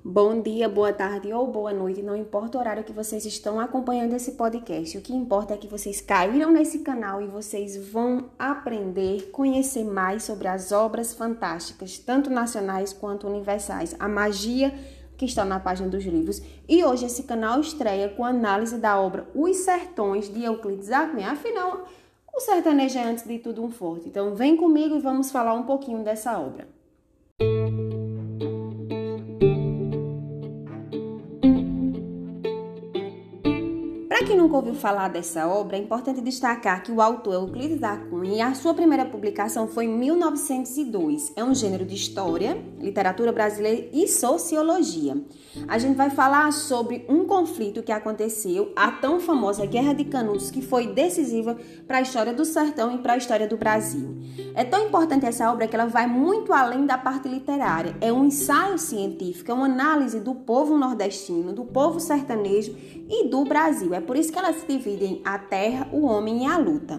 Bom dia, boa tarde ou boa noite, não importa o horário que vocês estão acompanhando esse podcast. O que importa é que vocês caíram nesse canal e vocês vão aprender, conhecer mais sobre as obras fantásticas, tanto nacionais quanto universais, a magia que está na página dos livros. E hoje esse canal estreia com a análise da obra Os Sertões, de Euclides da Cunha. Afinal, o sertanejo é antes de tudo um forte. Então vem comigo e vamos falar um pouquinho dessa obra. Para quem nunca ouviu falar dessa obra, é importante destacar que o autor é Euclides da Cunha e a sua primeira publicação foi em 1902. É um gênero de história, literatura brasileira e sociologia. A gente vai falar sobre um conflito que aconteceu, a tão famosa Guerra de Canudos, que foi decisiva para a história do sertão e para a história do Brasil. É tão importante essa obra que ela vai muito além da parte literária. É um ensaio científico, é uma análise do povo nordestino, do povo sertanejo e do Brasil. É por isso que ela se divide em a terra, o homem e a luta.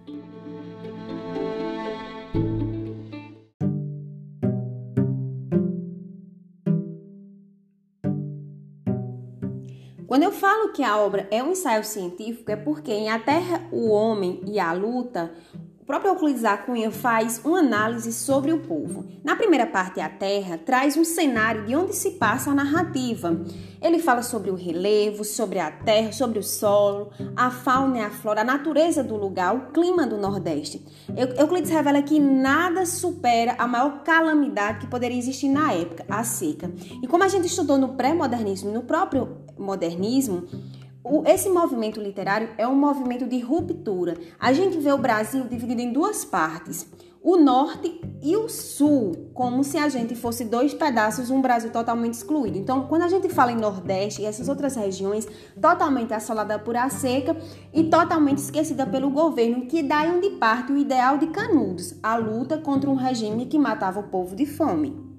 Quando eu falo que a obra é um ensaio científico, é porque em A Terra, o Homem e a Luta, o próprio Euclides da Cunha faz uma análise sobre o povo. Na primeira parte, A Terra, traz um cenário de onde se passa a narrativa. Ele fala sobre o relevo, sobre a terra, sobre o solo, a fauna e a flora, a natureza do lugar, o clima do Nordeste. Euclides revela que nada supera a maior calamidade que poderia existir na época, a seca. E como a gente estudou no pré-modernismo e no próprio modernismo, esse movimento literário é um movimento de ruptura. A gente vê o Brasil dividido em duas partes, o norte e o sul, como se a gente fosse dois pedaços, um Brasil totalmente excluído. Então, quando a gente fala em Nordeste e essas outras regiões, totalmente assolada por a seca e totalmente esquecida pelo governo, que daí onde parte o ideal de Canudos, a luta contra um regime que matava o povo de fome.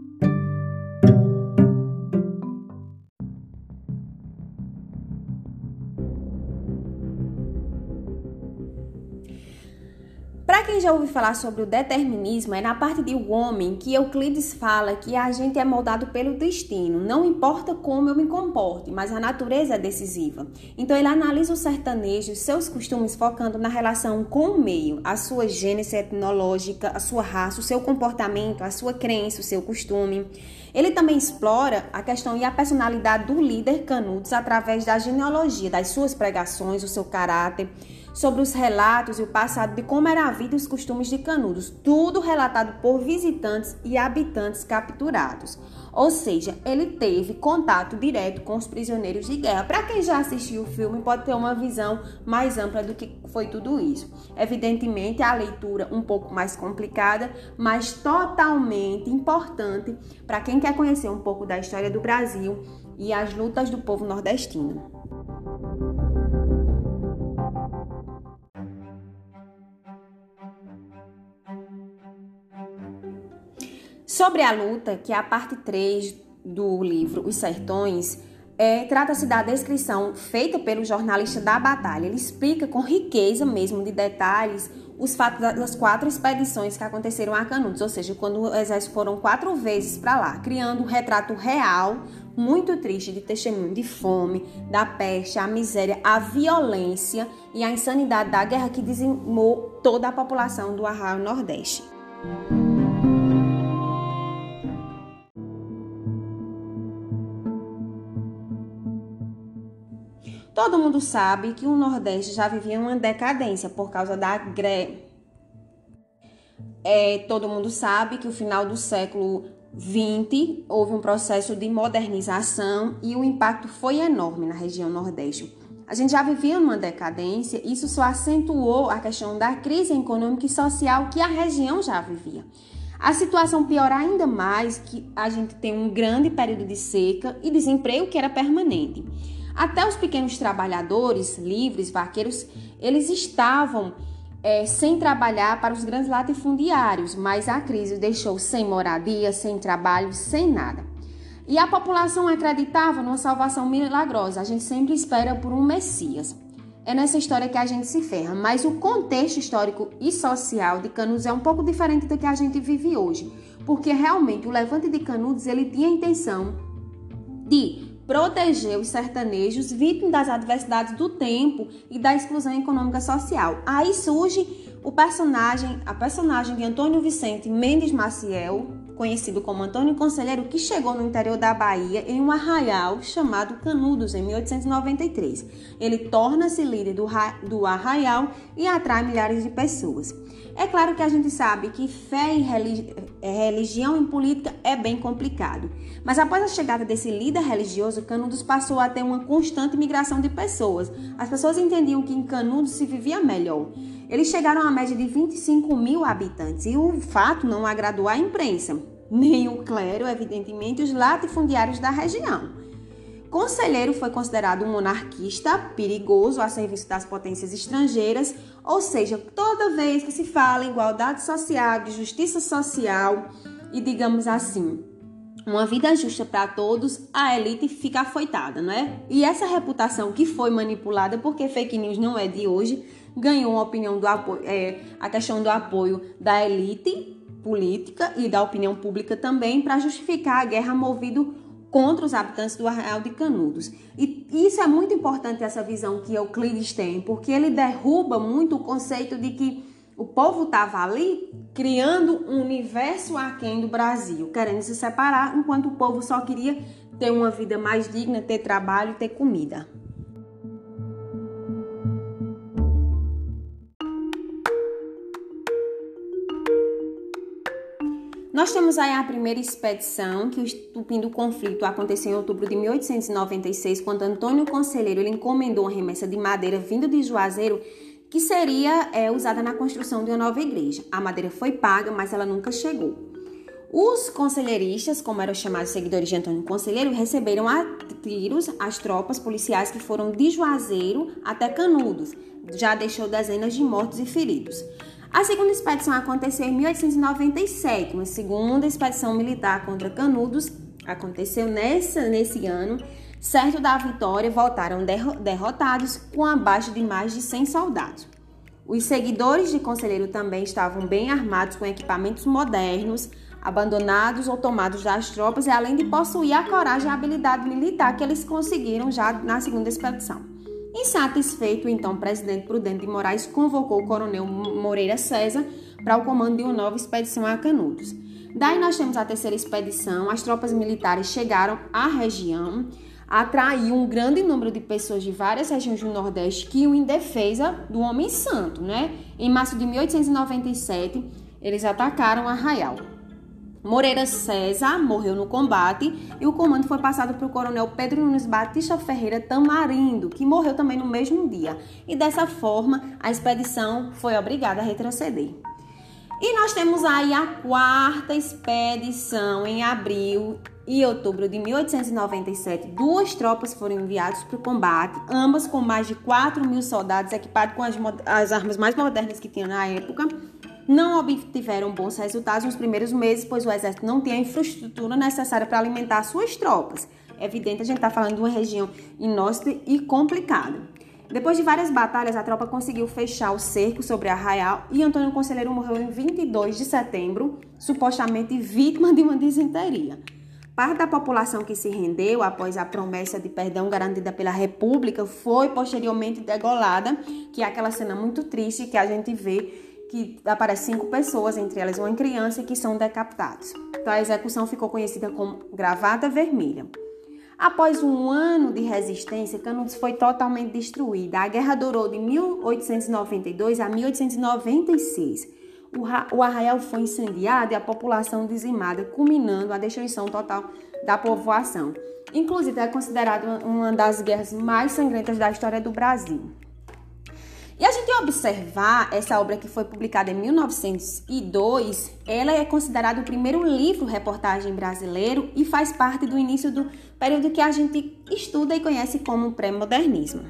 Para quem já ouviu falar sobre o determinismo, é na parte de o homem que Euclides fala que a gente é moldado pelo destino. Não importa como eu me comporte, mas a natureza é decisiva. Então ele analisa o sertanejo e seus costumes focando na relação com o meio, a sua gênese etnológica, a sua raça, o seu comportamento, a sua crença, o seu costume. Ele também explora a questão e a personalidade do líder Canudos através da genealogia, das suas pregações, o seu caráter, sobre os relatos e o passado de como era a vida e os costumes de Canudos, tudo relatado por visitantes e habitantes capturados. Ou seja, ele teve contato direto com os prisioneiros de guerra. Para quem já assistiu o filme, pode ter uma visão mais ampla do que foi tudo isso. Evidentemente, a leitura um pouco mais complicada, mas totalmente importante para quem quer conhecer um pouco da história do Brasil e as lutas do povo nordestino. Sobre a luta, que é a parte 3 do livro Os Sertões, trata-se da descrição feita pelo jornalista da batalha. Ele explica com riqueza mesmo de detalhes os fatos das 4 expedições que aconteceram a Canudos, ou seja, quando o exército foram 4 vezes para lá, criando um retrato real, muito triste, de testemunho de fome, da peste, a miséria, a violência e a insanidade da guerra que dizimou toda a população do Arraial Nordeste. Todo mundo sabe que o Nordeste já vivia uma decadência por causa da greve. Todo mundo sabe que no final do século XX houve um processo de modernização e o impacto foi enorme na região Nordeste. A gente já vivia uma decadência, isso só acentuou a questão da crise econômica e social que a região já vivia. A situação piora ainda mais que a gente tem um grande período de seca e desemprego que era permanente. Até os pequenos trabalhadores, livres, vaqueiros, eles estavam sem trabalhar para os grandes latifundiários, mas a crise deixou sem moradia, sem trabalho, sem nada. E a população acreditava numa salvação milagrosa. A gente sempre espera por um Messias. É nessa história que a gente se ferra, mas o contexto histórico e social de Canudos é um pouco diferente do que a gente vive hoje, porque realmente o levante de Canudos ele tinha a intenção de proteger os sertanejos vítimas das adversidades do tempo e da exclusão econômica social. Aí surge a personagem de Antônio Vicente Mendes Maciel, conhecido como Antônio Conselheiro, que chegou no interior da Bahia em um arraial chamado Canudos, em 1893. Ele torna-se líder do arraial e atrai milhares de pessoas. É claro que a gente sabe que fé e religião em política é bem complicado, mas após a chegada desse líder religioso, Canudos passou a ter uma constante migração de pessoas. As pessoas entendiam que em Canudos se vivia melhor. Eles chegaram a uma média de 25 mil habitantes e o fato não agradou à imprensa, nem o clero, evidentemente, os latifundiários da região. Conselheiro foi considerado um monarquista perigoso a serviço das potências estrangeiras, ou seja, toda vez que se fala em igualdade social, de justiça social e, digamos assim, uma vida justa para todos, a elite fica afoitada, não é? E essa reputação que foi manipulada, porque fake news não é de hoje, ganhou a opinião do apoio, a questão do apoio da elite política e da opinião pública também para justificar a guerra movida contra os habitantes do Arraial de Canudos. E isso é muito importante, essa visão que Euclides tem, porque ele derruba muito o conceito de que o povo estava ali criando um universo aquém do Brasil, querendo se separar, enquanto o povo só queria ter uma vida mais digna, ter trabalho e ter comida. Nós temos aí a primeira expedição, que o estupim do conflito aconteceu em outubro de 1896, quando Antônio Conselheiro ele encomendou uma remessa de madeira vinda de Juazeiro, que seria usada na construção de uma nova igreja. A madeira foi paga, mas ela nunca chegou. Os conselheiristas, como eram chamados seguidores de Antônio Conselheiro, receberam a tiros as tropas policiais que foram de Juazeiro até Canudos. Já deixou dezenas de mortos e feridos. A segunda expedição aconteceu em 1897, uma segunda expedição militar contra Canudos aconteceu nesse ano. Certo da vitória, voltaram derrotados com a baixa de mais de 100 soldados. Os seguidores de Conselheiro também estavam bem armados com equipamentos modernos, abandonados ou tomados das tropas, e além de possuir a coragem e a habilidade militar que eles conseguiram já na segunda expedição. Insatisfeito, então, o presidente Prudente de Moraes convocou o coronel Moreira César para o comando de uma nova expedição a Canudos. Daí nós temos a terceira expedição. As tropas militares chegaram à região, atraiu um grande número de pessoas de várias regiões do Nordeste que iam em defesa do Homem Santo, né? Em março de 1897, eles atacaram Arraial. Moreira César morreu no combate e o comando foi passado para o coronel Pedro Nunes Batista Ferreira Tamarindo, que morreu também no mesmo dia. E dessa forma, a expedição foi obrigada a retroceder. E nós temos aí a quarta expedição em abril e outubro de 1897. Duas tropas foram enviadas para o combate, ambas com mais de 4 mil soldados equipados com as armas mais modernas que tinham na época. Não obtiveram bons resultados nos primeiros meses, pois o exército não tinha a infraestrutura necessária para alimentar suas tropas. É evidente, a gente está falando de uma região inóspita e complicada. Depois de várias batalhas, a tropa conseguiu fechar o cerco sobre Arraial e Antônio Conselheiro morreu em 22 de setembro, supostamente vítima de uma disenteria. Parte da população que se rendeu após a promessa de perdão garantida pela República foi posteriormente degolada, que é aquela cena muito triste que a gente vê que aparecem 5 pessoas, entre elas uma criança, que são decapitados. Então, a execução ficou conhecida como Gravata Vermelha. Após um ano de resistência, Canudos foi totalmente destruída. A guerra durou de 1892 a 1896. O arraial foi incendiado e a população dizimada, culminando a destruição total da povoação. Inclusive, é considerada uma das guerras mais sangrentas da história do Brasil. E a gente observar essa obra que foi publicada em 1902, ela é considerada o primeiro livro-reportagem brasileiro e faz parte do início do período que a gente estuda e conhece como pré-modernismo.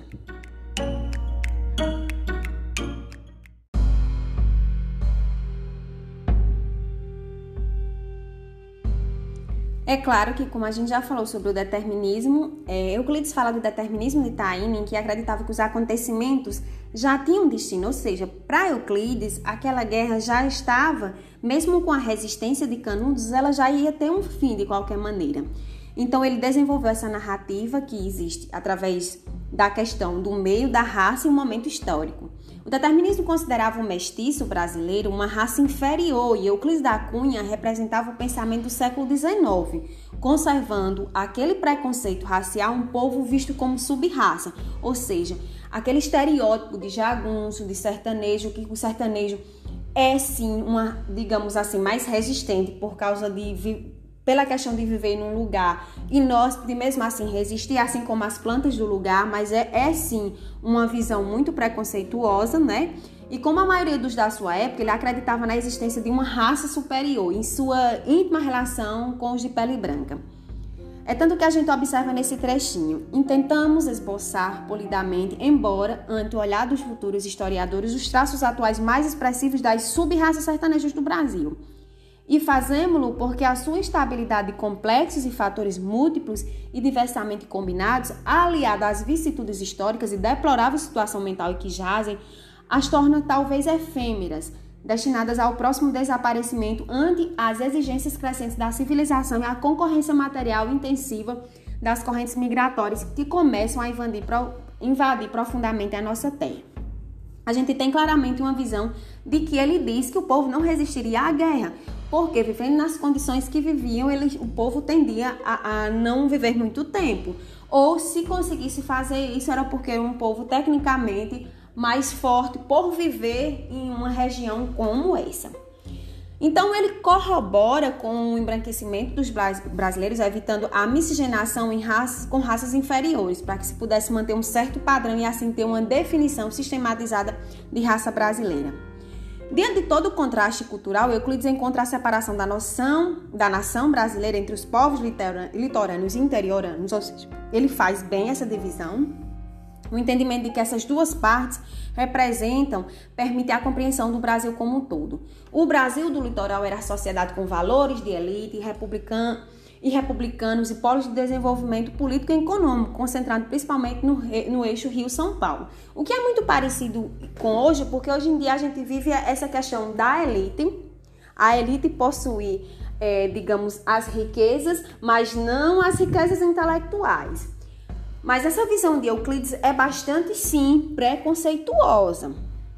É claro que, como a gente já falou sobre o determinismo, Euclides fala do determinismo de Taine, em que acreditava que os acontecimentos já tinham destino, ou seja, para Euclides, aquela guerra já estava, mesmo com a resistência de Canudos, ela já ia ter um fim de qualquer maneira. Então ele desenvolveu essa narrativa que existe através da questão do meio, da raça e o momento histórico. O determinismo considerava o mestiço brasileiro uma raça inferior e Euclides da Cunha representava o pensamento do século XIX, conservando aquele preconceito racial, um povo visto como sub-raça, ou seja, aquele estereótipo de jagunço, de sertanejo, que o sertanejo é sim uma, digamos assim, mais resistente pela questão de viver num lugar inóspito e mesmo assim resistir, assim como as plantas do lugar, mas é sim uma visão muito preconceituosa, né? E como a maioria da sua época, ele acreditava na existência de uma raça superior em sua íntima relação com os de pele branca. É tanto que a gente observa nesse trechinho. Intentamos esboçar polidamente, embora, ante o olhar dos futuros historiadores, os traços atuais mais expressivos das sub-raças sertanejas do Brasil. E fazemos-lo porque a sua instabilidade de complexos e fatores múltiplos e diversamente combinados, aliada às vicissitudes históricas e deplorável situação mental em que jazem, as torna talvez efêmeras, destinadas ao próximo desaparecimento ante as exigências crescentes da civilização e a concorrência material intensiva das correntes migratórias que começam a invadir profundamente a nossa terra. A gente tem claramente uma visão de que ele diz que o povo não resistiria à guerra, porque vivendo nas condições que viviam, o povo tendia a não viver muito tempo. Ou se conseguisse fazer isso, era porque era um povo tecnicamente mais forte por viver em uma região como essa. Então ele corrobora com o embranquecimento dos brasileiros, evitando a miscigenação com raças inferiores, para que se pudesse manter um certo padrão e assim ter uma definição sistematizada de raça brasileira. Diante de todo o contraste cultural, Euclides encontra a separação da nação brasileira entre os povos litorâneos e interioranos, ou seja, ele faz bem essa divisão. O entendimento de que essas duas partes permite a compreensão do Brasil como um todo. O Brasil do litoral era a sociedade com valores de elite e republicanos e polos de desenvolvimento político e econômico, concentrado principalmente no eixo Rio-São Paulo. O que é muito parecido com hoje, porque hoje em dia a gente vive essa questão da elite. A elite possui, digamos, as riquezas, mas não as riquezas intelectuais. Mas essa visão de Euclides é bastante, sim, preconceituosa.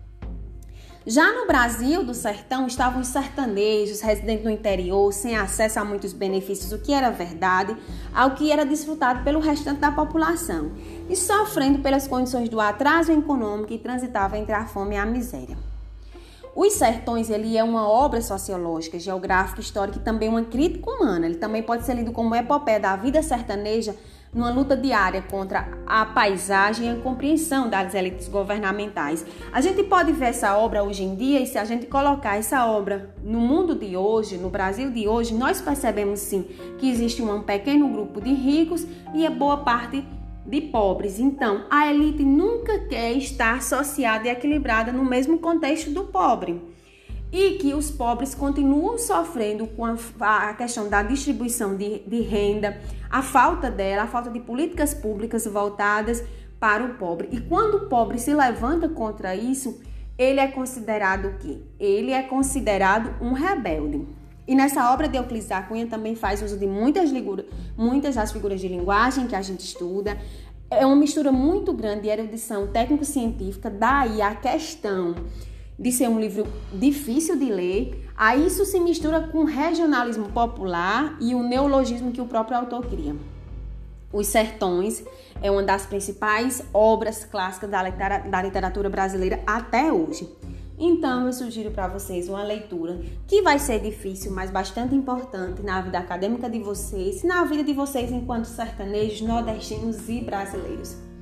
Já no Brasil do sertão estavam os sertanejos, residentes no interior, sem acesso a muitos benefícios, o que era verdade, ao que era desfrutado pelo restante da população, e sofrendo pelas condições do atraso econômico que transitava entre a fome e a miséria. Os Sertões, ele é uma obra sociológica, geográfica, histórica e também uma crítica humana. Ele também pode ser lido como epopeia da vida sertaneja numa luta diária contra a paisagem e a compreensão das elites governamentais. A gente pode ver essa obra hoje em dia e se a gente colocar essa obra no mundo de hoje, no Brasil de hoje, nós percebemos sim que existe um pequeno grupo de ricos e a boa parte de pobres. Então, a elite nunca quer estar associada e equilibrada no mesmo contexto do pobre. E que os pobres continuam sofrendo com a questão da distribuição de renda, a falta de políticas públicas voltadas para o pobre. E quando o pobre se levanta contra isso, ele é considerado o quê? Ele é considerado um rebelde. E nessa obra de Euclides da Cunha também faz uso de muitas das figuras de linguagem que a gente estuda. É uma mistura muito grande de erudição técnico-científica, daí a questão de ser um livro difícil de ler. A isso se mistura com o regionalismo popular e o neologismo que o próprio autor cria. Os Sertões é uma das principais obras clássicas da literatura brasileira até hoje. Então, eu sugiro para vocês uma leitura que vai ser difícil, mas bastante importante na vida acadêmica de vocês e na vida de vocês enquanto sertanejos, nordestinos e brasileiros.